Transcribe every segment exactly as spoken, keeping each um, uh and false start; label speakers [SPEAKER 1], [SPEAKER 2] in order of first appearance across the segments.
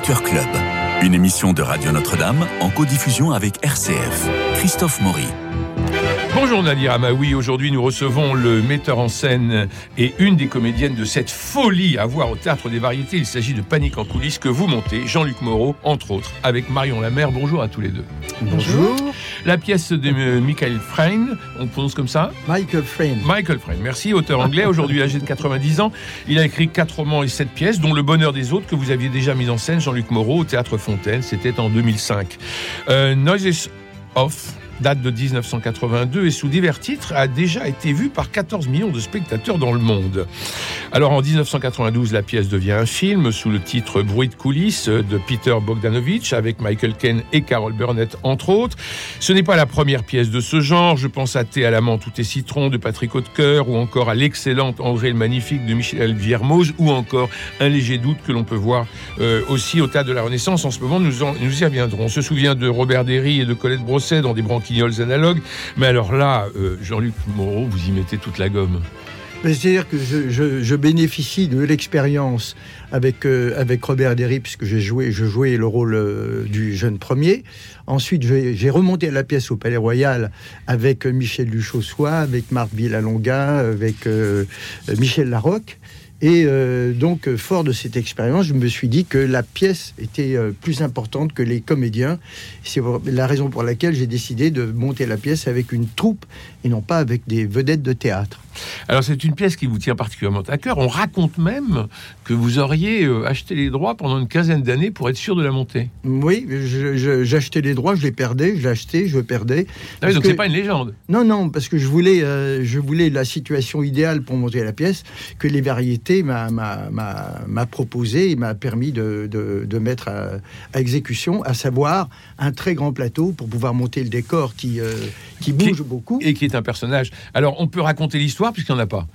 [SPEAKER 1] Acteurs Club, une émission de Radio Notre-Dame en codiffusion avec R C F. Christophe Maury.
[SPEAKER 2] Bonjour Nadir Amaoui, aujourd'hui nous recevons le metteur en scène et une des comédiennes de cette folie à voir au Théâtre des Variétés. Il s'agit de Panique en coulisses que vous montez, Jean-Luc Moreau, entre autres, avec Marion Lamer. Bonjour à tous les deux.
[SPEAKER 3] Bonjour.
[SPEAKER 2] La pièce de euh, Michael Frayn, on prononce comme ça ?
[SPEAKER 3] Michael Frayn.
[SPEAKER 2] Michael Frayn, merci, auteur anglais, aujourd'hui âgé de quatre-vingt-dix ans. Il a écrit quatre romans et sept pièces, dont Le Bonheur des autres, que vous aviez déjà mis en scène, Jean-Luc Moreau, au Théâtre Fontaine, c'était en deux mille cinq. Euh, Noises Off date de dix-neuf cent quatre-vingt-deux et sous divers titres a déjà été vue par quatorze millions de spectateurs dans le monde. Alors en dix-neuf cent quatre-vingt-douze, la pièce devient un film sous le titre Bruit de coulisses de Peter Bogdanovich avec Michael Caine et Carol Burnett entre autres. Ce n'est pas la première pièce de ce genre, je pense à Thé à l'amant tout est citron de Patrick Hautecoeur ou encore à l'excellente André le Magnifique de Michel Viermoz ou encore Un léger doute que l'on peut voir euh, aussi au Théâtre de la Renaissance en ce moment, nous, en, nous y reviendrons. On se souvient de Robert Derry et de Colette Brosset dans des branquignoles analogues, mais alors là, euh, Jean-Luc Moreau, vous y mettez toute la gomme.
[SPEAKER 3] C'est-à-dire que je, je, je bénéficie de l'expérience avec, euh, avec Robert Derry, puisque j'ai joué, je jouais le rôle euh, du jeune premier. Ensuite, j'ai, j'ai remonté la pièce au Palais Royal avec Michel Duchossois, avec Marc Villalonga, avec euh, Michel Larocque. Et euh, donc, fort de cette expérience, je me suis dit que la pièce était euh, plus importante que les comédiens. C'est la raison pour laquelle j'ai décidé de monter la pièce avec une troupe et non pas avec des vedettes de théâtre.
[SPEAKER 2] Alors, c'est une pièce qui vous tient particulièrement à cœur. On raconte même que vous auriez euh, acheté les droits pendant une quinzaine d'années pour être sûr de la monter.
[SPEAKER 3] Oui, je, je, j'achetais les droits, je les perdais, je l'achetais, je perdais.
[SPEAKER 2] Ah oui, donc
[SPEAKER 3] que...
[SPEAKER 2] c'est pas une légende.
[SPEAKER 3] Non, non, parce que je voulais, euh, je voulais la situation idéale pour monter la pièce, que les variétés m'a, m'a, m'a, m'a proposé et m'a permis de, de, de mettre à, à exécution, à savoir un très grand plateau pour pouvoir monter le décor qui, euh, qui bouge
[SPEAKER 2] qui,
[SPEAKER 3] beaucoup.
[SPEAKER 2] Et qui est un personnage. Alors, on peut raconter l'histoire puisqu'il n'y en a pas.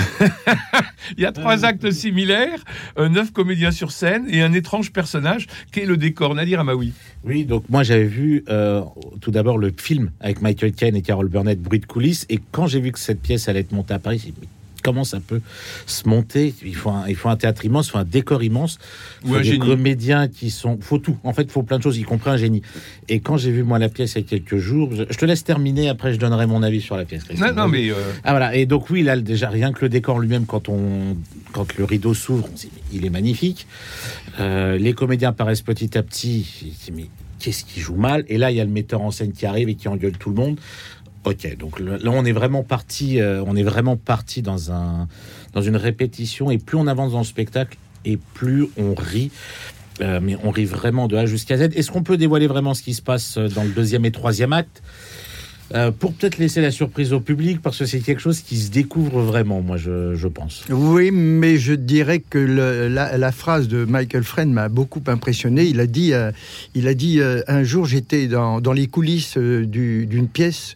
[SPEAKER 2] Il y a trois actes similaires, euh, neuf comédiens sur scène et un étrange personnage qui est le décor. Nadir Amaoui.
[SPEAKER 4] Oui, donc moi j'avais vu euh, tout d'abord le film avec Michael Caine et Carol Burnett, Bruit de coulisses, et quand j'ai vu que cette pièce allait être montée à Paris, j'ai dit comment ça peut se monter ? Il faut un, il faut un théâtre immense, il faut un décor immense, il faut
[SPEAKER 2] ou un
[SPEAKER 4] des
[SPEAKER 2] génie.
[SPEAKER 4] comédiens qui sont... Il faut tout, en fait il faut plein de choses, y compris un génie. Et quand j'ai vu moi la pièce il y a quelques jours, je, je te laisse terminer, après je donnerai mon avis sur la pièce.
[SPEAKER 2] Non, non, mais... Euh...
[SPEAKER 4] Ah voilà, et donc oui, là déjà rien que le décor lui-même, quand, on, quand le rideau s'ouvre, on se dit, il est magnifique. Euh, les comédiens apparaissent petit à petit, mais qu'est-ce qui joue mal ? Et là il y a le metteur en scène qui arrive et qui engueule tout le monde. Ok, donc là on est vraiment parti, euh, on est vraiment parti dans un, dans une répétition, et plus on avance dans le spectacle et plus on rit, euh, mais on rit vraiment de A jusqu'à Z. Est-ce qu'on peut dévoiler vraiment ce qui se passe dans le deuxième et troisième acte, euh, pour peut-être laisser la surprise au public, parce que c'est quelque chose qui se découvre vraiment, moi je, je pense.
[SPEAKER 3] Oui, mais je dirais que le, la, la phrase de Michael Frayn m'a beaucoup impressionné. Il a dit, euh, il a dit euh, un jour j'étais dans, dans les coulisses euh, du, d'une pièce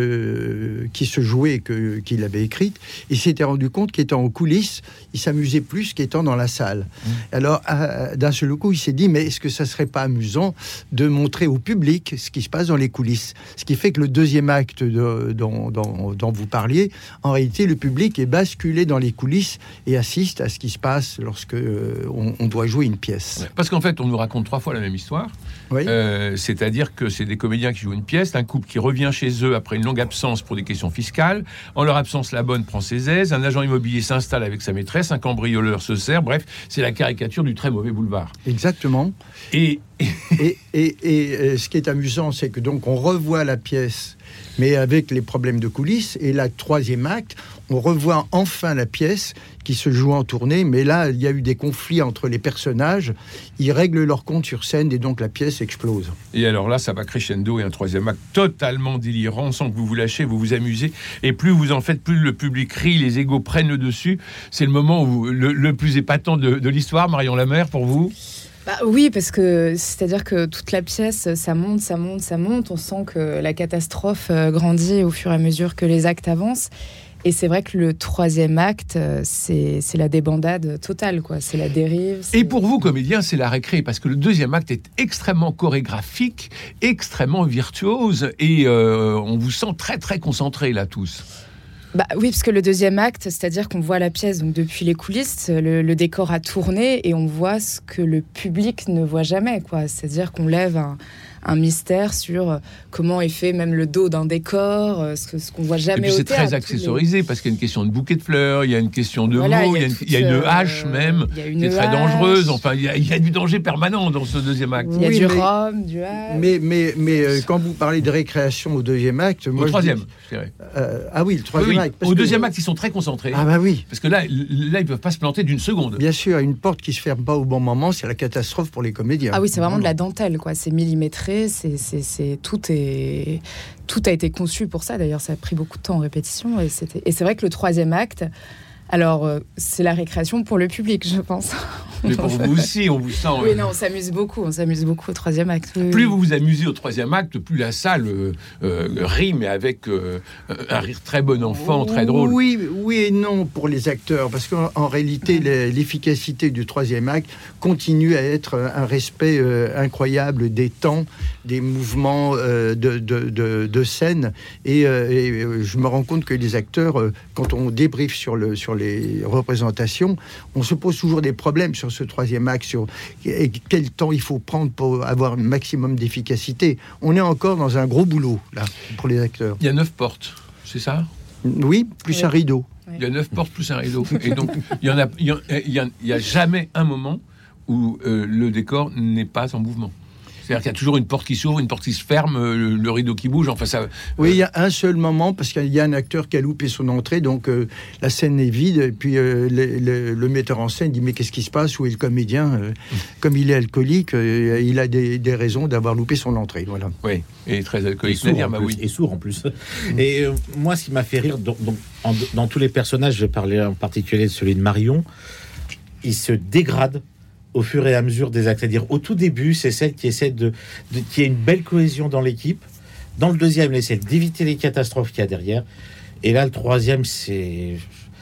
[SPEAKER 3] Que, qui se jouait, que, qu'il avait écrite, il s'était rendu compte qu'étant en coulisses, il s'amusait plus qu'étant dans la salle. Mmh. Alors, à, d'un seul coup, il s'est dit, mais est-ce que ça serait pas amusant de montrer au public ce qui se passe dans les coulisses ? Ce qui fait que le deuxième acte de, dont, dont, dont vous parliez, en réalité, le public est basculé dans les coulisses et assiste à ce qui se passe lorsque euh, on, on doit jouer une pièce.
[SPEAKER 2] Parce qu'en fait, on nous raconte trois fois la même histoire.
[SPEAKER 3] Oui.
[SPEAKER 2] Euh, c'est-à-dire que c'est des comédiens qui jouent une pièce, un couple qui revient chez eux après une longue absence pour des questions fiscales. En leur absence, la bonne prend ses aises, un agent immobilier s'installe avec sa maîtresse, un cambrioleur se sert, bref, c'est la caricature du très mauvais boulevard.
[SPEAKER 3] Exactement.
[SPEAKER 2] Et,
[SPEAKER 3] et, et, et, et ce qui est amusant, c'est que donc on revoit la pièce, mais avec les problèmes de coulisses, et là, troisième acte, on revoit enfin la pièce qui se joue en tournée, mais là, il y a eu des conflits entre les personnages, ils règlent leur compte sur scène, et donc la pièce explose.
[SPEAKER 2] Et alors là, ça va crescendo, et un troisième acte totalement délirant, sans que vous vous lâchez, vous vous amusez, et plus vous en faites, plus le public rit, les égos prennent le dessus. C'est le moment où le, le plus épatant de, de l'histoire, Marion Lamer, pour vous ?
[SPEAKER 5] Bah oui, parce que c'est-à-dire que toute la pièce, ça monte, ça monte, ça monte. On sent que la catastrophe grandit au fur et à mesure que les actes avancent. Et c'est vrai que le troisième acte, c'est, c'est la débandade totale, quoi. C'est la dérive. C'est...
[SPEAKER 2] Et pour vous, comédiens, c'est la récré, parce que le deuxième acte est extrêmement chorégraphique, extrêmement virtuose, et euh, on vous sent très, très concentrés, là, tous.
[SPEAKER 5] Bah oui, parce que le deuxième acte, c'est-à-dire qu'on voit la pièce donc depuis les coulisses, le, le décor a tourné et on voit ce que le public ne voit jamais, quoi. C'est-à-dire qu'on lève un, un mystère sur comment est fait même le dos d'un décor, ce, que, ce qu'on voit jamais
[SPEAKER 2] et puis
[SPEAKER 5] au
[SPEAKER 2] c'est
[SPEAKER 5] théâtre.
[SPEAKER 2] très accessorisé les... parce qu'il y a une question de bouquet de fleurs, il y a une question de
[SPEAKER 5] voilà,
[SPEAKER 2] mots, il y a, une, il y a une hache euh, même qui est très hache. dangereuse. Enfin, il y, a, il y a du danger permanent dans ce deuxième acte.
[SPEAKER 5] Il y a
[SPEAKER 3] oui,
[SPEAKER 5] du
[SPEAKER 3] mais,
[SPEAKER 5] rhum, du hache.
[SPEAKER 3] Mais, mais, mais euh, quand vous parlez de récréation au deuxième acte...
[SPEAKER 2] Au
[SPEAKER 3] moi,
[SPEAKER 2] troisième,
[SPEAKER 3] je,
[SPEAKER 2] je dirais.
[SPEAKER 3] Euh, ah oui, le troisième
[SPEAKER 2] oui, oui.
[SPEAKER 3] acte. Parce
[SPEAKER 2] au
[SPEAKER 3] que,
[SPEAKER 2] deuxième acte, ils sont très concentrés.
[SPEAKER 3] Ah bah oui.
[SPEAKER 2] Parce que là, là, ils ne peuvent pas se planter d'une seconde.
[SPEAKER 3] Bien sûr, une porte qui ne se ferme pas au bon moment, c'est la catastrophe pour les comédiens.
[SPEAKER 5] Ah oui, c'est vraiment de la dentelle, quoi. C'est millimétré, c'est, c'est, c'est, tout, est, tout a été conçu pour ça. D'ailleurs, ça a pris beaucoup de temps en répétition. Et, c'était, et c'est vrai que le troisième acte, alors, euh, c'est la récréation pour le public, je pense.
[SPEAKER 2] Mais pour vous aussi, on vous sent...
[SPEAKER 5] Oui, non, on s'amuse beaucoup, on s'amuse beaucoup au troisième acte. Oui,
[SPEAKER 2] plus
[SPEAKER 5] oui.
[SPEAKER 2] vous vous amusez au troisième acte, plus la salle euh, euh, rit, mais avec euh, un rire très bon enfant, très drôle.
[SPEAKER 3] Oui, oui et non pour les acteurs, parce qu'en en réalité, l'efficacité du troisième acte continue à être un respect euh, incroyable des temps, des mouvements euh, de, de, de, de scène. Et, euh, et je me rends compte que les acteurs, euh, quand on débriefe sur, le, sur les représentations, on se pose toujours des problèmes sur ce troisième acte, sur quel temps il faut prendre pour avoir un maximum d'efficacité. On est encore dans un gros boulot, là, pour les acteurs.
[SPEAKER 2] Il y a neuf portes, c'est ça ?
[SPEAKER 3] Oui, plus oui. un rideau.
[SPEAKER 2] Oui. Il y a neuf portes plus un rideau. Et donc, il y en a, il y a, il y a, il y a jamais un moment où euh, le décor n'est pas en mouvement. C'est-à-dire qu'il y a toujours une porte qui s'ouvre, une porte qui se ferme, le, le rideau qui bouge. Enfin, ça.
[SPEAKER 3] Oui, il y a un seul moment parce qu'il y a un acteur qui a loupé son entrée, donc euh, la scène est vide. Et puis euh, le, le, le metteur en scène dit mais qu'est-ce qui se passe ? Où est le comédien ? euh, Comme il est alcoolique, euh, il a des, des raisons d'avoir loupé son entrée. Voilà.
[SPEAKER 2] Oui, et très alcoolique.
[SPEAKER 4] Et sourd,
[SPEAKER 2] dire,
[SPEAKER 4] en
[SPEAKER 2] bah,
[SPEAKER 4] plus,
[SPEAKER 2] oui.
[SPEAKER 4] et sourd en plus. Et euh, moi, ce qui m'a fait rire, donc, donc, en, dans tous les personnages, je vais parler en particulier de celui de Marion, il se dégrade au fur et à mesure des actes. C'est-à-dire, au tout début, c'est celle qui essaie de, de qui a une belle cohésion dans l'équipe. Dans le deuxième, elle essaie d'éviter les catastrophes qu'il y a derrière. Et là, le troisième, c'est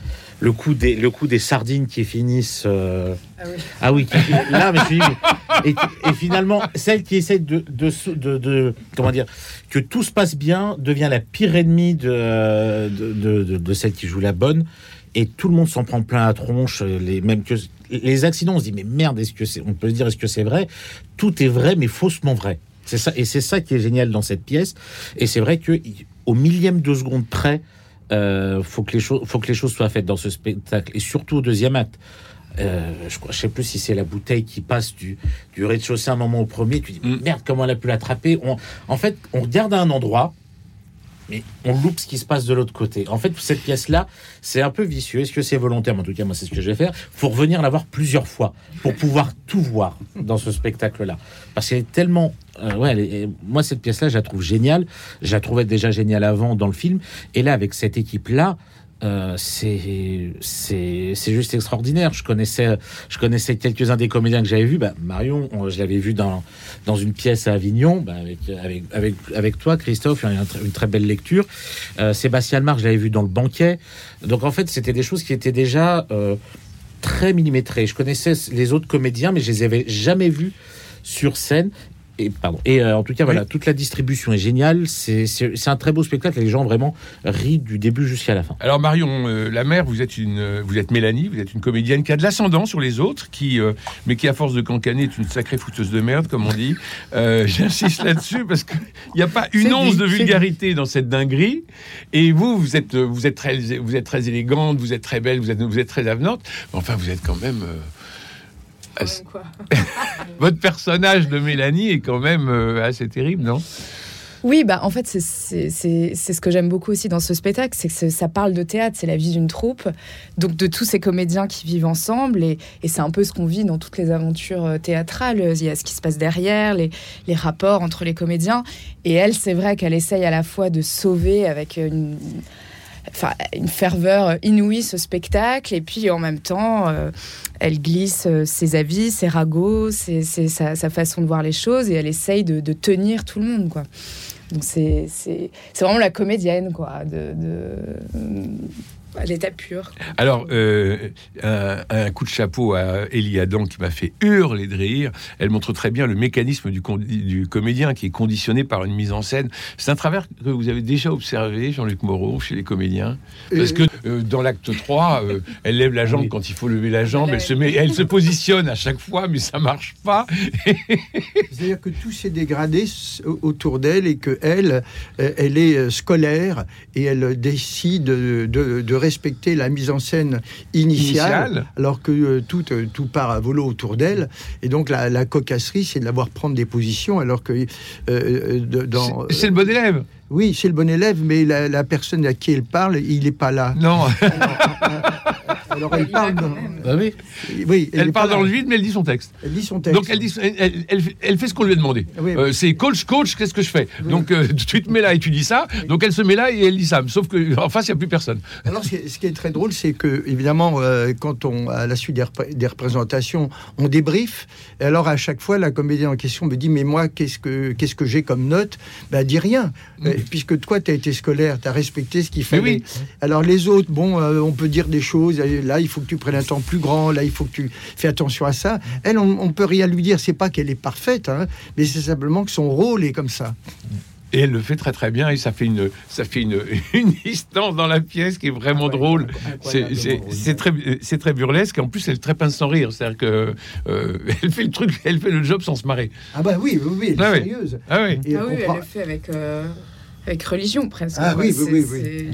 [SPEAKER 4] le coup des, le coup des sardines qui finissent. Euh... Ah oui. Ah oui. Qui, là, mais je dis, et, et finalement, celle qui essaie de, de, de, de, comment dire, que tout se passe bien, devient la pire ennemie de, de, de, de, de celle qui joue la bonne. Et tout le monde s'en prend plein la tronche. Les, même que les accidents, on se dit mais merde, est-ce que c'est, on peut se dire est-ce que c'est vrai ? Tout est vrai, mais faussement vrai. C'est ça, et c'est ça qui est génial dans cette pièce. Et c'est vrai que au millième de seconde près, euh, faut que les choses, faut que les choses soient faites dans ce spectacle, et surtout au deuxième acte. Euh, je ne sais plus si c'est la bouteille qui passe du, du rez-de-chaussée un moment au premier. Tu dis mm. merde, comment elle a pu l'attraper ? on, En fait, on regarde à un endroit. Mais on loupe ce qui se passe de l'autre côté. En fait, cette pièce-là, c'est un peu vicieux. Est-ce que c'est volontaire ? En tout cas, moi, c'est ce que je vais faire. Il faut revenir la voir plusieurs fois pour pouvoir tout voir dans ce spectacle-là. Parce qu'elle est tellement... Euh, ouais, elle est, moi, cette pièce-là, je la trouve géniale. Je la trouvais déjà géniale avant dans le film. Et là, avec cette équipe-là, Euh, c'est c'est c'est juste extraordinaire. Je connaissais je connaissais quelques-uns des comédiens que j'avais vus. Bah, Marion, on, je l'avais vu dans dans une pièce à Avignon, bah, avec avec avec avec toi, Christophe, une, une très belle lecture. Euh, Sébastien Marc, je l'avais vu dans Le Banquet. Donc en fait, c'était des choses qui étaient déjà euh, très millimétrées. Je connaissais les autres comédiens, mais je les avais jamais vus sur scène. Et, pardon. Et euh, en tout cas, voilà, oui. Toute la distribution est géniale. C'est, c'est, c'est un très beau spectacle. Et les gens vraiment rient du début jusqu'à la fin.
[SPEAKER 2] Alors Marion euh, Lamère, vous êtes une, vous êtes Mélanie, vous êtes une comédienne qui a de l'ascendant sur les autres, qui, euh, mais qui à force de cancaner est une sacrée fouteuse de merde, comme on dit. Euh, j'insiste là-dessus parce que il n'y a pas une c'est once dit, de vulgarité dans cette dinguerie. Et vous, vous êtes, vous êtes très, vous êtes très élégante, vous êtes très belle, vous êtes, vous êtes très avenante. Mais enfin, vous êtes quand même. Euh,
[SPEAKER 5] Quoi.
[SPEAKER 2] Votre personnage de Mélanie est quand même euh, assez terrible, non ?
[SPEAKER 5] Oui, bah en fait, c'est, c'est, c'est, c'est ce que j'aime beaucoup aussi dans ce spectacle, c'est que c'est, ça parle de théâtre, c'est la vie d'une troupe, donc de tous ces comédiens qui vivent ensemble, et, et c'est un peu ce qu'on vit dans toutes les aventures théâtrales. Il y a ce qui se passe derrière, les, les rapports entre les comédiens, et elle, c'est vrai qu'elle essaye à la fois de sauver avec une... Enfin, une ferveur inouïe ce spectacle, et puis en même temps euh, elle glisse euh, ses avis, ses ragots, ses, ses, sa, sa façon de voir les choses, et elle essaye de, de tenir tout le monde, quoi. Donc c'est, c'est, c'est vraiment la comédienne, quoi, de, de, À l'état pur.
[SPEAKER 2] Alors, euh, un, un coup de chapeau à Élie Adam qui m'a fait hurler de rire. Elle montre très bien le mécanisme du, con- du comédien qui est conditionné par une mise en scène. C'est un travers que vous avez déjà observé, Jean-Luc Moreau, chez les comédiens. Parce que euh, dans l'acte trois, euh, elle lève la jambe
[SPEAKER 4] Oui.
[SPEAKER 2] quand il faut lever la jambe. Elle se, met, elle se positionne à chaque fois, mais ça marche pas.
[SPEAKER 3] C'est-à-dire que tout s'est dégradé autour d'elle et qu'elle, elle est scolaire et elle décide de, de, de respecter la mise en scène initiale,
[SPEAKER 2] Initiale.
[SPEAKER 3] alors que euh, tout, euh, tout part à volo autour d'elle. Et donc la, la cocasserie, c'est de la voir prendre des positions, alors que euh, de- dans...
[SPEAKER 2] C'est, c'est le bon élève.
[SPEAKER 3] Oui, c'est le bon élève, mais la, la personne à qui elle parle, il n'est pas là.
[SPEAKER 2] Non,
[SPEAKER 3] Alors elle parle...
[SPEAKER 5] quand
[SPEAKER 3] dans-
[SPEAKER 5] même.
[SPEAKER 4] Bah oui.
[SPEAKER 3] Oui,
[SPEAKER 2] elle
[SPEAKER 3] est pas
[SPEAKER 2] parle dans
[SPEAKER 3] là.
[SPEAKER 2] le vide, mais elle dit son texte.
[SPEAKER 3] Elle dit son texte.
[SPEAKER 2] Donc elle, dit, elle, elle- elle fait- elle fait ce qu'on lui a demandé.
[SPEAKER 3] Oui,
[SPEAKER 2] Euh,
[SPEAKER 3] oui.
[SPEAKER 2] c'est coach, coach, qu'est-ce que je fais?
[SPEAKER 3] Oui.
[SPEAKER 2] Donc euh, tu te mets là et tu dis ça. Donc elle se met là et elle dit ça. Sauf qu'en face, il n'y a plus personne.
[SPEAKER 3] Alors, ce qui, est, ce qui est très drôle, c'est que, évidemment, euh, quand on, à la suite des, repré- des représentations, on débrief. Et alors, à chaque fois, la comédienne en question me dit, mais moi, qu'est-ce que, qu'est-ce que j'ai comme note? Ben, dis rien. Euh, puisque toi, tu as été scolaire, tu as respecté ce qu'il
[SPEAKER 2] Mais
[SPEAKER 3] fallait.
[SPEAKER 2] oui.
[SPEAKER 3] Alors, les autres, bon, euh, on peut dire des choses. euh, Là, il faut que tu prennes un temps plus grand. Là, il faut que tu fais attention à ça. Elle, on, on peut rien lui dire. C'est pas qu'elle est parfaite, hein, mais c'est simplement que son rôle est comme ça.
[SPEAKER 2] Et elle le fait très très bien et ça fait une, ça fait une, une distance dans la pièce qui est vraiment drôle. C'est, c'est, c'est très, c'est très burlesque et en plus elle est très pince sans rire. C'est-à-dire que euh, elle fait le truc, elle fait le job sans se marrer.
[SPEAKER 3] Ah bah oui, oui, oui, elle est
[SPEAKER 2] Ah oui.
[SPEAKER 3] sérieuse.
[SPEAKER 2] Ah oui.
[SPEAKER 3] Et
[SPEAKER 5] Ah oui,
[SPEAKER 3] comprend-
[SPEAKER 5] elle le fait avec, euh, avec religion presque.
[SPEAKER 3] Ah
[SPEAKER 5] quoi.
[SPEAKER 3] oui, oui,
[SPEAKER 5] C'est-
[SPEAKER 3] oui, oui.
[SPEAKER 5] c'est limite,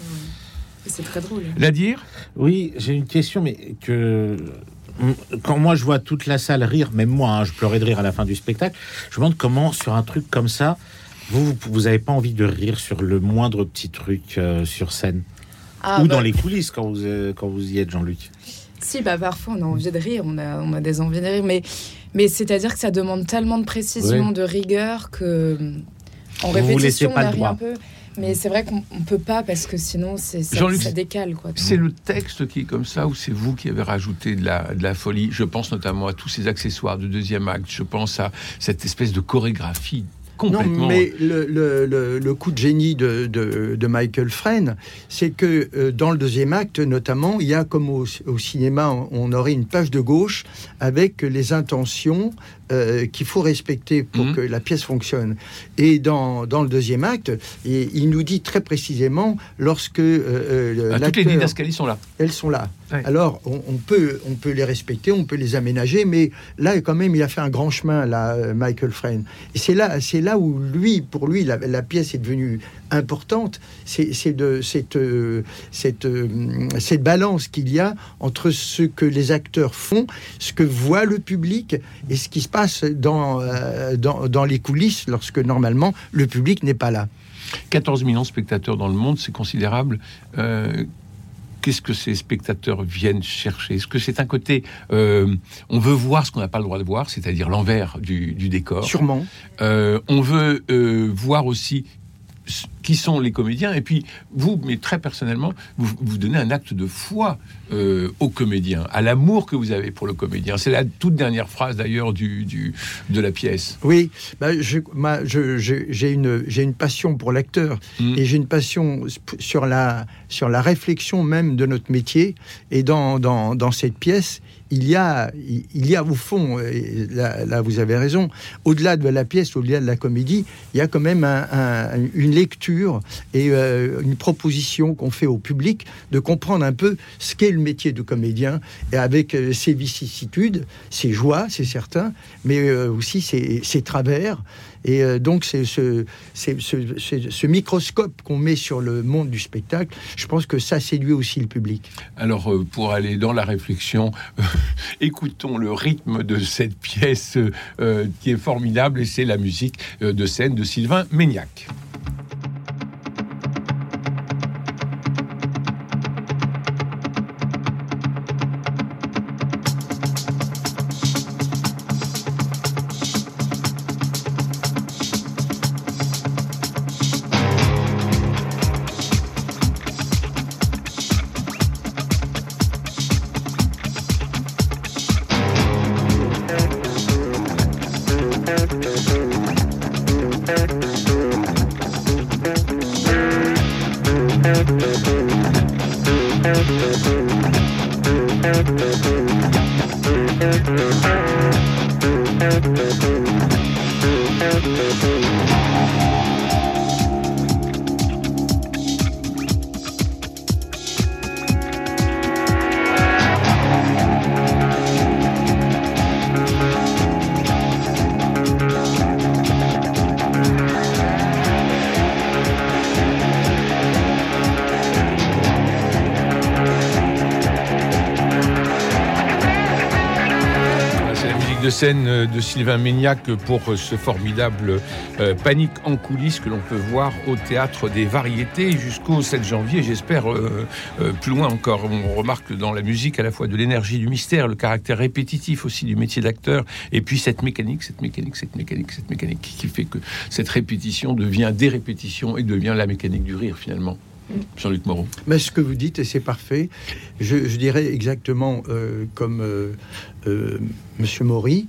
[SPEAKER 5] euh, c'est très drôle.
[SPEAKER 2] La dire.
[SPEAKER 4] Oui, j'ai une question, mais que quand moi je vois toute la salle rire, même moi, hein, je pleurais de rire à la fin du spectacle. Je me demande comment sur un truc comme ça, vous, vous, vous avez pas envie de rire sur le moindre petit truc euh, sur scène
[SPEAKER 5] Ah,
[SPEAKER 4] ou
[SPEAKER 5] bah,
[SPEAKER 4] dans les coulisses quand vous euh, quand vous y êtes, Jean-Luc.
[SPEAKER 5] Si, bah parfois on a envie de rire, on a, on a des envies de rire, mais, mais c'est-à-dire que ça demande tellement de précision,
[SPEAKER 4] Ouais.
[SPEAKER 5] de rigueur que en
[SPEAKER 4] Vous vous laissez
[SPEAKER 5] répétition
[SPEAKER 4] pas
[SPEAKER 5] on
[SPEAKER 4] le
[SPEAKER 5] arrive
[SPEAKER 4] droit.
[SPEAKER 5] un peu. Mais c'est vrai qu'on on peut pas parce que sinon c'est, ça,
[SPEAKER 2] Jean-Luc,
[SPEAKER 5] ça décale quoi.
[SPEAKER 2] C'est le texte qui est comme ça ou c'est vous qui avez rajouté de la, de la folie? Je pense notamment à tous ces accessoires de deuxième acte. Je pense à cette espèce de chorégraphie complètement.
[SPEAKER 3] Non, mais le, le, le, le coup de génie de, de, de Michael Frayn, c'est que euh, dans le deuxième acte, notamment, il y a comme au, au cinéma, on, on aurait une page de gauche avec les intentions euh, qu'il faut respecter pour
[SPEAKER 2] Mhm.
[SPEAKER 3] que la pièce fonctionne. Et dans, dans le deuxième acte, et, il nous dit très précisément lorsque euh, euh,
[SPEAKER 2] Ah, toutes les
[SPEAKER 3] l'acteur-
[SPEAKER 2] didascalies sont là.
[SPEAKER 3] elles sont là.
[SPEAKER 2] Ouais.
[SPEAKER 3] Alors, on, on peut, on peut les respecter, on peut les aménager, mais là, quand même, il a fait un grand chemin, là, euh, Michael Frayn. Et c'est là, c'est là où, lui, pour lui, la, la pièce est devenue importante. C'est, c'est de cette, euh, cette, euh, cette balance qu'il y a entre ce que les acteurs font, ce que voit le public et ce qui se passe dans, euh, dans, dans les coulisses, lorsque, normalement, le public n'est pas là.
[SPEAKER 2] quatorze millions de spectateurs dans le monde, c'est considérable. Euh, Qu'est-ce que ces spectateurs viennent chercher? Est-ce que c'est un côté... euh, on veut voir ce qu'on n'a pas le droit de voir, c'est-à-dire l'envers du, du décor.
[SPEAKER 3] Sûrement.
[SPEAKER 2] Euh, on veut euh, voir aussi s- qui sont les comédiens. Et puis, vous, mais très personnellement, vous, vous donnez un acte de foi euh, aux comédiens, à l'amour que vous avez pour le comédien. C'est la toute dernière phrase, d'ailleurs, du, du, de la pièce.
[SPEAKER 3] Oui, bah, je, ma- je- je- j'ai une, j'ai une passion pour l'acteur
[SPEAKER 2] Mm.
[SPEAKER 3] et j'ai une passion sp- sur la, sur la réflexion même de notre métier. Et dans, dans, dans cette pièce, il y a, il il y a au fond, et là, là vous avez raison, au-delà de la pièce, au-delà de la comédie, il y a quand même un- un- une lecture et euh, une proposition qu'on fait au public de comprendre un peu ce qu'est le métier de comédien, et avec euh, ses vicissitudes, ses joies, c'est certain, mais euh, aussi ses, ses travers. Et euh, donc, c'est ce, c'est ce, c'est ce microscope qu'on met sur le monde du spectacle. Je pense que ça séduit aussi le public.
[SPEAKER 2] Alors, euh, pour aller dans la réflexion, euh, écoutons le rythme de cette pièce euh, qui est formidable, et c'est la musique euh, de scène de Sylvain Maignac.
[SPEAKER 6] Thank you.
[SPEAKER 2] De scène de Sylvain Maignac pour ce formidable euh, Panique en coulisses que l'on peut voir au Théâtre des Variétés jusqu'au sept janvier, j'espère euh, euh, plus loin encore. On remarque dans la musique à la fois de l'énergie, du mystère, le caractère répétitif aussi du métier d'acteur, et puis cette mécanique, cette mécanique, cette mécanique, cette mécanique qui fait que cette répétition devient des répétitions et devient la mécanique du rire finalement. Jean-Luc Moreau.
[SPEAKER 3] Mais ce que vous dites, et c'est parfait, je, je dirais exactement euh, comme euh, euh, Monsieur Maury,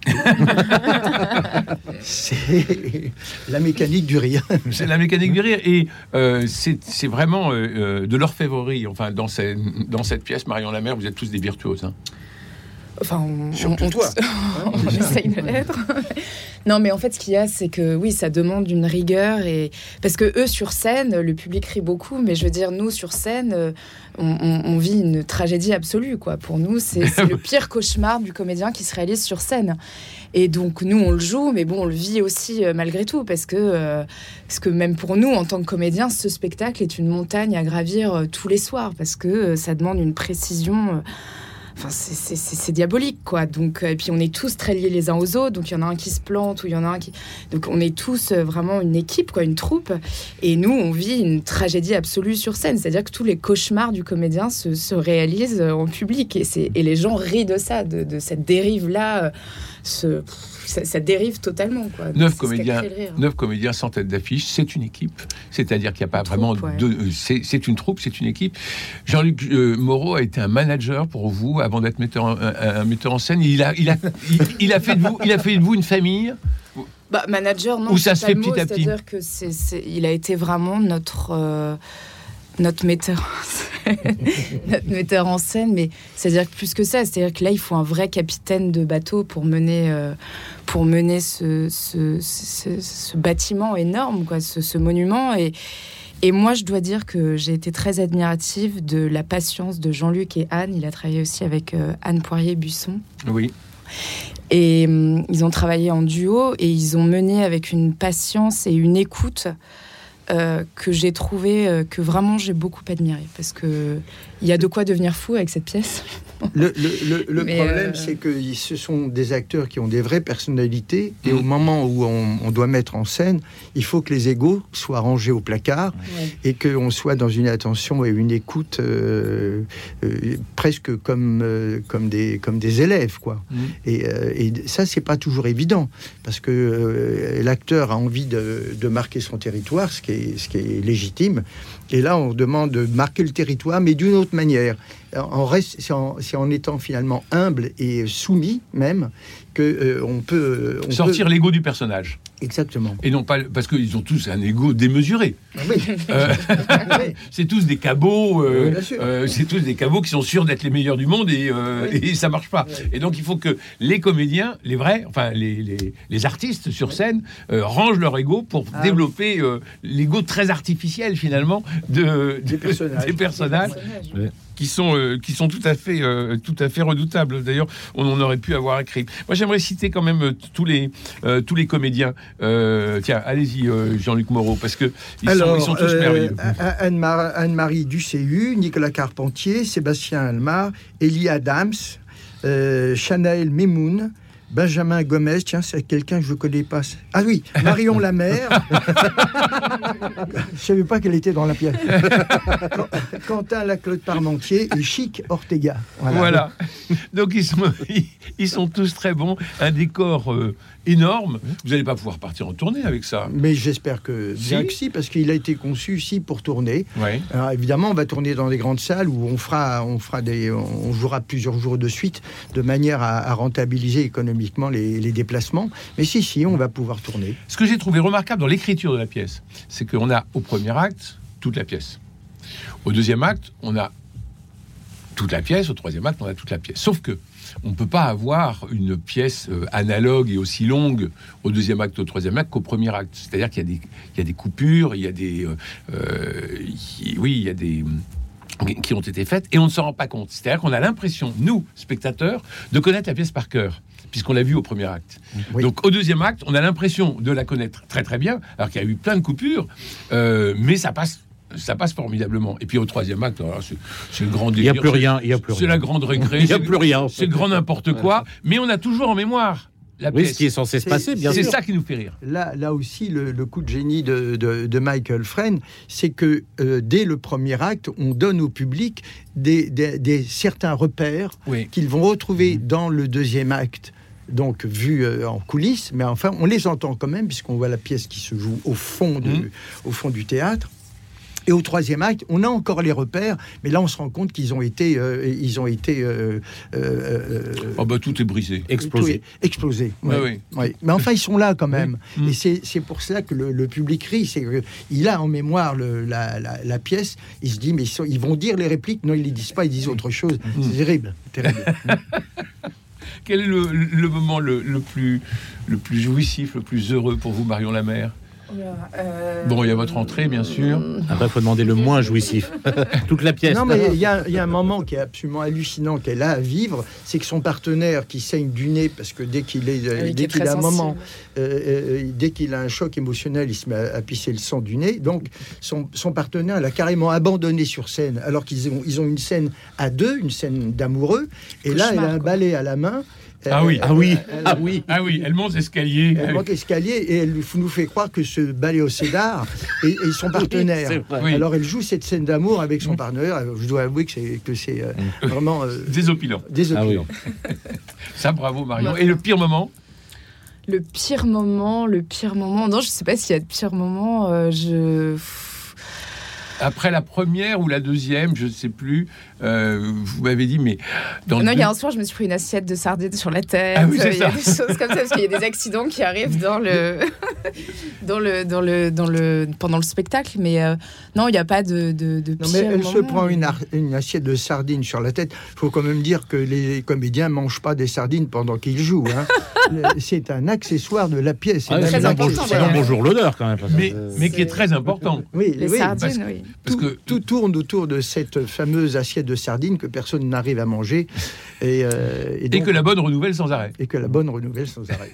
[SPEAKER 3] c'est la mécanique du rire.
[SPEAKER 2] C'est la mécanique du rire, et euh, c'est, c'est vraiment euh, de l'orfèvrerie. Enfin, dans, ces, dans cette pièce, Marion Lamer, vous êtes tous des virtuoses. Hein.
[SPEAKER 5] Enfin, on,
[SPEAKER 3] Surtout
[SPEAKER 5] on,
[SPEAKER 3] toi.
[SPEAKER 5] on essaye de l'être. Non, mais en fait, ce qu'il y a, c'est que oui, ça demande une rigueur, et parce que eux sur scène, le public rit beaucoup, mais je veux dire, nous sur scène, on, on, on vit une tragédie absolue, quoi. Pour nous, c'est, c'est le pire cauchemar du comédien qui se réalise sur scène. Et donc nous, on le joue, mais bon, on le vit aussi euh, malgré tout, parce que euh, parce que même pour nous, en tant que comédiens, ce spectacle est une montagne à gravir euh, tous les soirs, parce que euh, ça demande une précision. Euh, Enfin, c'est, c'est, c'est, c'est diabolique, quoi. Donc, et puis on est tous très liés les uns aux autres. Donc il y en a un qui se plante ou il y en a un qui. Donc on est tous vraiment une équipe, quoi, une troupe. Et nous, on vit une tragédie absolue sur scène. C'est-à-dire que tous les cauchemars du comédien se, se réalisent en public. Et, c'est, et les gens rient de ça, de, de cette dérive-là. Ce, ça, ça dérive totalement, quoi.
[SPEAKER 2] Neuf comédiens, neuf comédiens sans tête d'affiche, c'est une équipe. C'est-à-dire qu'il n'y a pas une vraiment troupe, ouais. de. C'est, c'est une troupe, c'est une équipe. Jean-Luc euh, Moreau a été un manager pour vous avant d'être metteur en, un, un metteur en scène. Il a, il a, il, il a fait de vous, il a fait de vous une famille.
[SPEAKER 5] Bah, manager, non.
[SPEAKER 2] Où ça se fait petit
[SPEAKER 5] mot,
[SPEAKER 2] à petit.
[SPEAKER 5] C'est-à-dire que c'est, c'est, il a été vraiment notre. Euh, notre metteur en scène, notre metteur en scène, mais c'est-à-dire que plus que ça, c'est-à-dire que là, il faut un vrai capitaine de bateau pour mener, euh, pour mener ce, ce, ce, ce bâtiment énorme, quoi, ce, ce monument. Et, et moi, je dois dire que j'ai été très admirative de la patience de Jean-Luc et Anne. Il a travaillé aussi avec euh, Anne Poirier-Buisson.
[SPEAKER 2] Oui.
[SPEAKER 5] Et euh, ils ont travaillé en duo et ils ont mené avec une patience et une écoute Euh, que j'ai trouvé, euh, que vraiment j'ai beaucoup admiré, parce que il y a de quoi devenir fou avec cette pièce.
[SPEAKER 3] Le, le, le, le problème,
[SPEAKER 5] euh...
[SPEAKER 3] c'est que ce sont des acteurs qui ont des vraies personnalités, et mmh. au moment où on, on doit mettre en scène, il faut que les égos soient rangés au placard, ouais. et qu'on soit dans une attention et une écoute euh, euh, presque comme, euh, comme, des, comme des élèves, quoi. Mmh. Et, euh, et ça, c'est pas toujours évident, parce que euh, l'acteur a envie de, de marquer son territoire, ce qui est, ce qui est légitime, et là, on demande de marquer le territoire, mais d'une autre manière. En reste, c'est, en, c'est en étant finalement humble et soumis même que euh, on peut on
[SPEAKER 2] sortir
[SPEAKER 3] peut...
[SPEAKER 2] l'ego du personnage.
[SPEAKER 3] Exactement.
[SPEAKER 2] Et non pas parce qu'ils ont tous un ego démesuré.
[SPEAKER 3] Oui.
[SPEAKER 2] Euh, oui. C'est tous des cabots. Euh,
[SPEAKER 3] oui,
[SPEAKER 2] euh, c'est tous des cabots qui sont sûrs d'être les meilleurs du monde et, euh, oui. et ça marche pas. Oui. Et donc il faut que les comédiens, les vrais, enfin les les, les artistes sur scène, euh, rangent leur ego pour ah, développer euh, l'ego très artificiel finalement de,
[SPEAKER 3] des
[SPEAKER 2] de,
[SPEAKER 3] personnages.
[SPEAKER 2] Des personnages. Des personnages. Oui. Qui sont, euh, qui sont tout à fait, euh, tout à fait redoutables. D'ailleurs, on en aurait pu avoir écrit. Moi, j'aimerais citer quand même euh, tous les, euh, tous les comédiens. Euh, tiens, allez-y, euh, Jean-Luc Moreau, parce que ils, Alors, sont, ils sont tous euh, merveilleux.
[SPEAKER 3] Anne-Mar- Anne-Marie Ducéhu, Nicolas Carpentier, Sébastien Almar, Elie Adams, euh, Chanaël Memoun, Benjamin Gomez, tiens, c'est quelqu'un que je ne connais pas. Ah oui, Marion Lamer. Je ne savais pas qu'elle était dans la pièce. Quentin Laclotte Parmentier et Chic Ortega.
[SPEAKER 2] Voilà. voilà. Donc ils sont, ils, ils sont tous très bons. Un décor euh, énorme. Vous n'allez pas pouvoir partir en tournée avec ça.
[SPEAKER 3] Mais j'espère que bien si. que si, parce qu'il a été conçu ici pour tourner.
[SPEAKER 2] Ouais.
[SPEAKER 3] Alors évidemment, on va tourner dans des grandes salles où on fera, on fera des, on jouera plusieurs jours de suite, de manière à, à rentabiliser économiquement Les, les déplacements, mais si, si, on va pouvoir tourner.
[SPEAKER 2] Ce que j'ai trouvé remarquable dans l'écriture de la pièce, c'est qu'on a au premier acte toute la pièce. Au deuxième acte, on a toute la pièce. Au troisième acte, on a toute la pièce. Sauf que on ne peut pas avoir une pièce euh, analogue et aussi longue au deuxième acte, au troisième acte qu'au premier acte. C'est-à-dire qu'il y a des, il y a des coupures, il y a des, euh, euh, il, oui, il y a des qui ont été faites et on ne s'en rend pas compte. C'est-à-dire qu'on a l'impression, nous, spectateurs, de connaître la pièce par cœur, puisqu'on l'a vue au premier acte. Oui. Donc au deuxième acte, on a l'impression de la connaître très très bien, alors qu'il y a eu plein de coupures, euh, mais ça passe. Ça passe formidablement. Et puis au troisième acte, alors, c'est, c'est le grand délire.
[SPEAKER 4] Il n'y a plus rien. Il y a plus
[SPEAKER 2] c'est
[SPEAKER 4] rien.
[SPEAKER 2] la grande récré.
[SPEAKER 4] Il n'y a plus rien.
[SPEAKER 2] C'est le grand n'importe quoi. Mais on a toujours en mémoire la
[SPEAKER 4] oui,
[SPEAKER 2] pièce.
[SPEAKER 4] Ce qui est censé se passer, bien
[SPEAKER 2] c'est
[SPEAKER 4] sûr.
[SPEAKER 2] C'est ça qui nous fait rire.
[SPEAKER 3] Là, là aussi, le, le coup de génie de, de, de Michael Frenn, c'est que euh, dès le premier acte, on donne au public des, des, des certains repères oui. qu'ils vont retrouver mmh. dans le deuxième acte. Donc, vu euh, en coulisses, mais enfin, on les entend quand même, puisqu'on voit la pièce qui se joue au fond, de, mmh. au fond du théâtre. Et au troisième acte, on a encore les repères, mais là, on se rend compte qu'ils ont été, euh, ils ont été. Euh, euh,
[SPEAKER 2] oh bah tout est brisé,
[SPEAKER 3] explosé, explosé. Ouais, ah oui. Ouais. Mais enfin, ils sont là quand même, oui. Et c'est, c'est pour ça que le, le public rit. C'est qu'il a en mémoire le, la, la, la pièce. Il se dit, mais ils, sont, ils vont dire les répliques. Non, ils les disent pas. Ils disent autre chose. Mmh. C'est terrible, terrible.
[SPEAKER 2] Quel est le, le moment le, le plus, le plus jouissif, le plus heureux pour vous, Marion Lamère?
[SPEAKER 5] Euh...
[SPEAKER 2] Bon, il y a votre entrée, bien sûr.
[SPEAKER 4] Après, il faut demander le moins jouissif. Toute la pièce.
[SPEAKER 3] Non, mais il y, y a un moment qui est absolument hallucinant qu'elle a à vivre, c'est que son partenaire qui saigne du nez, parce que dès qu'il est, euh, dès qu'il a un moment, euh, euh, dès qu'il a un choc émotionnel, il se met à, à pisser le sang du nez. Donc, son, son partenaire l'a carrément abandonné sur scène, alors qu'ils ont, ils ont une scène à deux, une scène d'amoureux. Et Cauchemar, là, elle a un balai à la main.
[SPEAKER 2] Ah oui,
[SPEAKER 3] elle,
[SPEAKER 2] ah oui,
[SPEAKER 3] elle,
[SPEAKER 2] ah oui, ah oui, elle monte l'escalier.
[SPEAKER 3] Elle monte l'escalier et elle nous fait croire que ce balai au Cédar est, est son partenaire. Oui, alors elle joue cette scène d'amour avec son partenaire. Je dois avouer que c'est, que c'est euh, vraiment euh,
[SPEAKER 2] désopilant.
[SPEAKER 3] Désopilant.
[SPEAKER 2] Ah oui. Ça, bravo Marion. Et le pire moment?
[SPEAKER 5] Le pire moment, le pire moment. Non, je sais pas s'il y a de pire moment. Euh, je.
[SPEAKER 2] Après la première ou la deuxième, je ne sais plus, euh, vous m'avez dit, mais... Dans
[SPEAKER 5] non, il
[SPEAKER 2] deux...
[SPEAKER 5] y a un soir, je me suis pris une assiette de sardines sur la tête.
[SPEAKER 2] Ah oui, c'est
[SPEAKER 5] il y a des choses comme ça, parce qu'il y a des accidents qui arrivent dans le, dans le, dans le, dans le, pendant le spectacle. Mais euh, non, il n'y a pas de, de, de
[SPEAKER 3] non, mais elle
[SPEAKER 5] moment.
[SPEAKER 3] se prend une, ar- une assiette de sardines sur la tête. Il faut quand même dire que les comédiens ne mangent pas des sardines pendant qu'ils jouent. Hein. C'est un accessoire de la pièce.
[SPEAKER 5] Ah, c'est très important.
[SPEAKER 4] C'est un bonjour l'honneur, quand même.
[SPEAKER 2] Mais, mais qui est très important.
[SPEAKER 3] Oui,
[SPEAKER 5] les
[SPEAKER 3] oui,
[SPEAKER 5] sardines,
[SPEAKER 3] parce,
[SPEAKER 5] oui.
[SPEAKER 2] Parce
[SPEAKER 3] tout,
[SPEAKER 2] que
[SPEAKER 3] tout tourne autour de cette fameuse assiette de sardines que personne n'arrive à manger. Et, euh, et, donc,
[SPEAKER 2] et que la bonne renouvelle sans arrêt.
[SPEAKER 3] Et que la bonne renouvelle sans arrêt.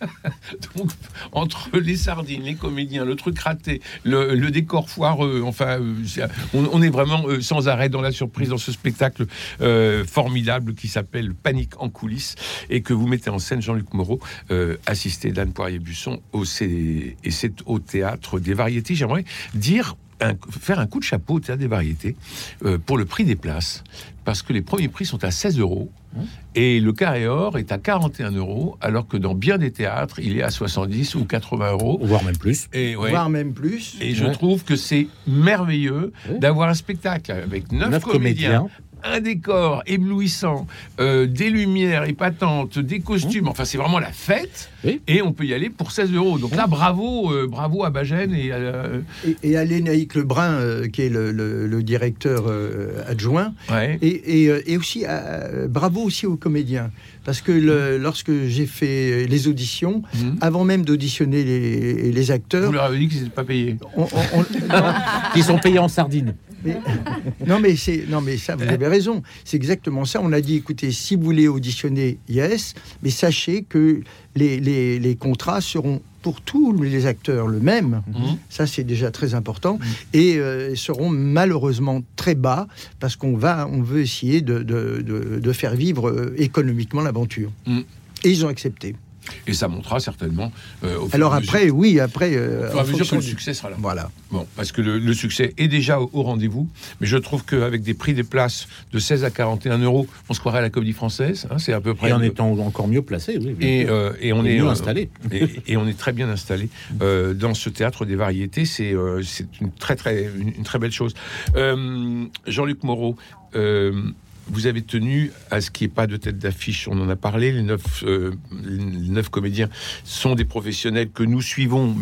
[SPEAKER 2] Donc, entre les sardines, les comédiens, le truc raté, le, le décor foireux, enfin, on, on est vraiment euh, sans arrêt dans la surprise, dans ce spectacle euh, formidable qui s'appelle Panique en coulisses et que vous mettez en scène, Jean-Luc Moreau, euh, assisté d'Anne Poirier-Busson, au C... et c'est au Théâtre des Variétés. J'aimerais dire... Un, faire un coup de chapeau au Théâtre des Variétés euh, pour le prix des places, parce que les premiers prix sont à seize euros mmh. et le carré or est à quarante et un euros, alors que dans bien des théâtres, il est à soixante-dix ou quatre-vingts euros.
[SPEAKER 4] Voire même plus.
[SPEAKER 2] Et, ouais.
[SPEAKER 3] Voire même plus.
[SPEAKER 2] Et ouais. je trouve que c'est merveilleux ouais. d'avoir un spectacle avec neuf, neuf comédiens, comédiens. Un décor éblouissant, euh, des lumières épatantes, des costumes. Mmh. Enfin, c'est vraiment la fête. Oui. Et on peut y aller pour seize euros. Donc là, bravo, euh, bravo à Bagène et à... Euh...
[SPEAKER 3] Et, et à Lénaïque Lebrun, euh, qui est le, le, le directeur euh, adjoint. Ouais. Et, et, et aussi, à, bravo aussi aux comédiens. Parce que le, mmh. lorsque j'ai fait les auditions, mmh. avant même d'auditionner les, les acteurs...
[SPEAKER 2] Vous leur avez dit qu'ils n'étaient pas payés.
[SPEAKER 3] On, on, on,
[SPEAKER 4] Ils sont payés en sardines.
[SPEAKER 3] Mais, non, mais c'est, non, mais ça, vous avez raison. C'est exactement ça. On a dit, écoutez, si vous voulez auditionner, yes, mais sachez que les, les, les contrats seront pour tous les acteurs le même. Mmh. Ça, c'est déjà très important. Mmh. Et euh, seront malheureusement très bas parce qu'on va, on veut essayer de, de, de, de faire vivre euh, économiquement l'aventure. Mmh. Et ils ont accepté.
[SPEAKER 2] Et ça montera certainement. Euh, au
[SPEAKER 3] Alors après, mesure, oui, après. Euh,
[SPEAKER 2] au fur et à mesure que le succès sera là.
[SPEAKER 3] Voilà.
[SPEAKER 2] Bon, parce que le, le succès est déjà au, au rendez-vous, mais je trouve qu'avec des prix des places de seize à quarante et un euros, on se croirait à la Comédie Française. Hein, c'est à peu près.
[SPEAKER 4] Et en
[SPEAKER 2] le...
[SPEAKER 4] étant encore mieux placé, oui.
[SPEAKER 2] Et, euh, et on
[SPEAKER 4] et
[SPEAKER 2] est
[SPEAKER 4] mieux
[SPEAKER 2] euh,
[SPEAKER 4] installé.
[SPEAKER 2] Et, et on est très bien installé euh, dans ce Théâtre des Variétés. C'est euh, c'est une très très une, une très belle chose. Euh, Jean-Luc Moreau. Euh, Vous avez tenu à ce qu'il n'y ait pas de tête d'affiche. On en a parlé. Les neuf, euh, les neuf comédiens sont des professionnels que nous suivons, mais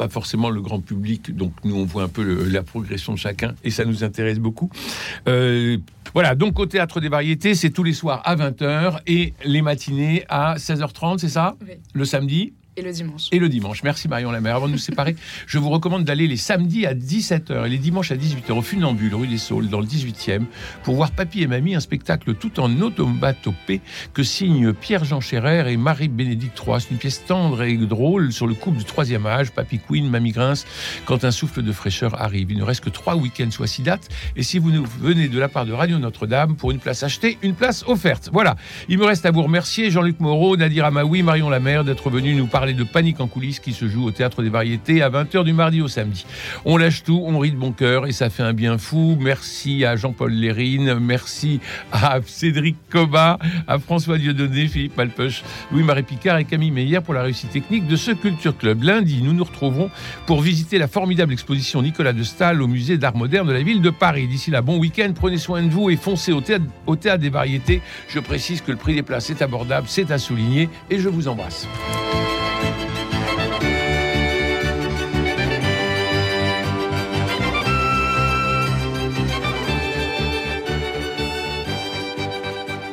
[SPEAKER 2] pas forcément le grand public, donc nous on voit un peu le, la progression de chacun et ça nous intéresse beaucoup. Euh, voilà, donc au Théâtre des Variétés, c'est tous les soirs à vingt heures et les matinées à seize heures trente, c'est ça ?
[SPEAKER 5] Oui.
[SPEAKER 2] Le samedi ?
[SPEAKER 5] Et le dimanche.
[SPEAKER 2] Et le dimanche. Merci Marion Lamère. Avant de nous séparer, je vous recommande d'aller les samedis à dix-sept heures et les dimanches à dix-huit heures au Funambule, rue des Saules, dans le dix-huitième, pour voir Papy et Mamie, un spectacle tout en automatopée que signent Pierre-Jean Scherer et Marie-Bénédicte Troyes. C'est une pièce tendre et drôle sur le couple du troisième âge, Papy Queen, Mamie Grince, quand un souffle de fraîcheur arrive. Il ne reste que trois week-ends, soit six dates. Et si vous venez de la part de Radio Notre-Dame, pour une place achetée, une place offerte. Voilà. Il me reste à vous remercier, Jean-Luc Moreau, Nadir Amaoui, Marion Lamère, d'être venus nous parler de Panique en coulisses qui se joue au Théâtre des Variétés à vingt heures du mardi au samedi. On lâche tout, on rit de bon cœur et ça fait un bien fou. Merci à Jean-Paul Lérine, merci à Cédric Cobat, à François Dieudonné, Philippe Malpeuch, Louis-Marie Picard et Camille Meyer pour la réussite technique de ce Culture Club. Lundi, nous nous retrouverons pour visiter la formidable exposition Nicolas de Staël au musée d'art moderne de la ville de Paris. D'ici là, bon week-end, prenez soin de vous et foncez au théâtre, au théâtre des Variétés. Je précise que le prix des places est abordable, c'est à souligner et je vous embrasse.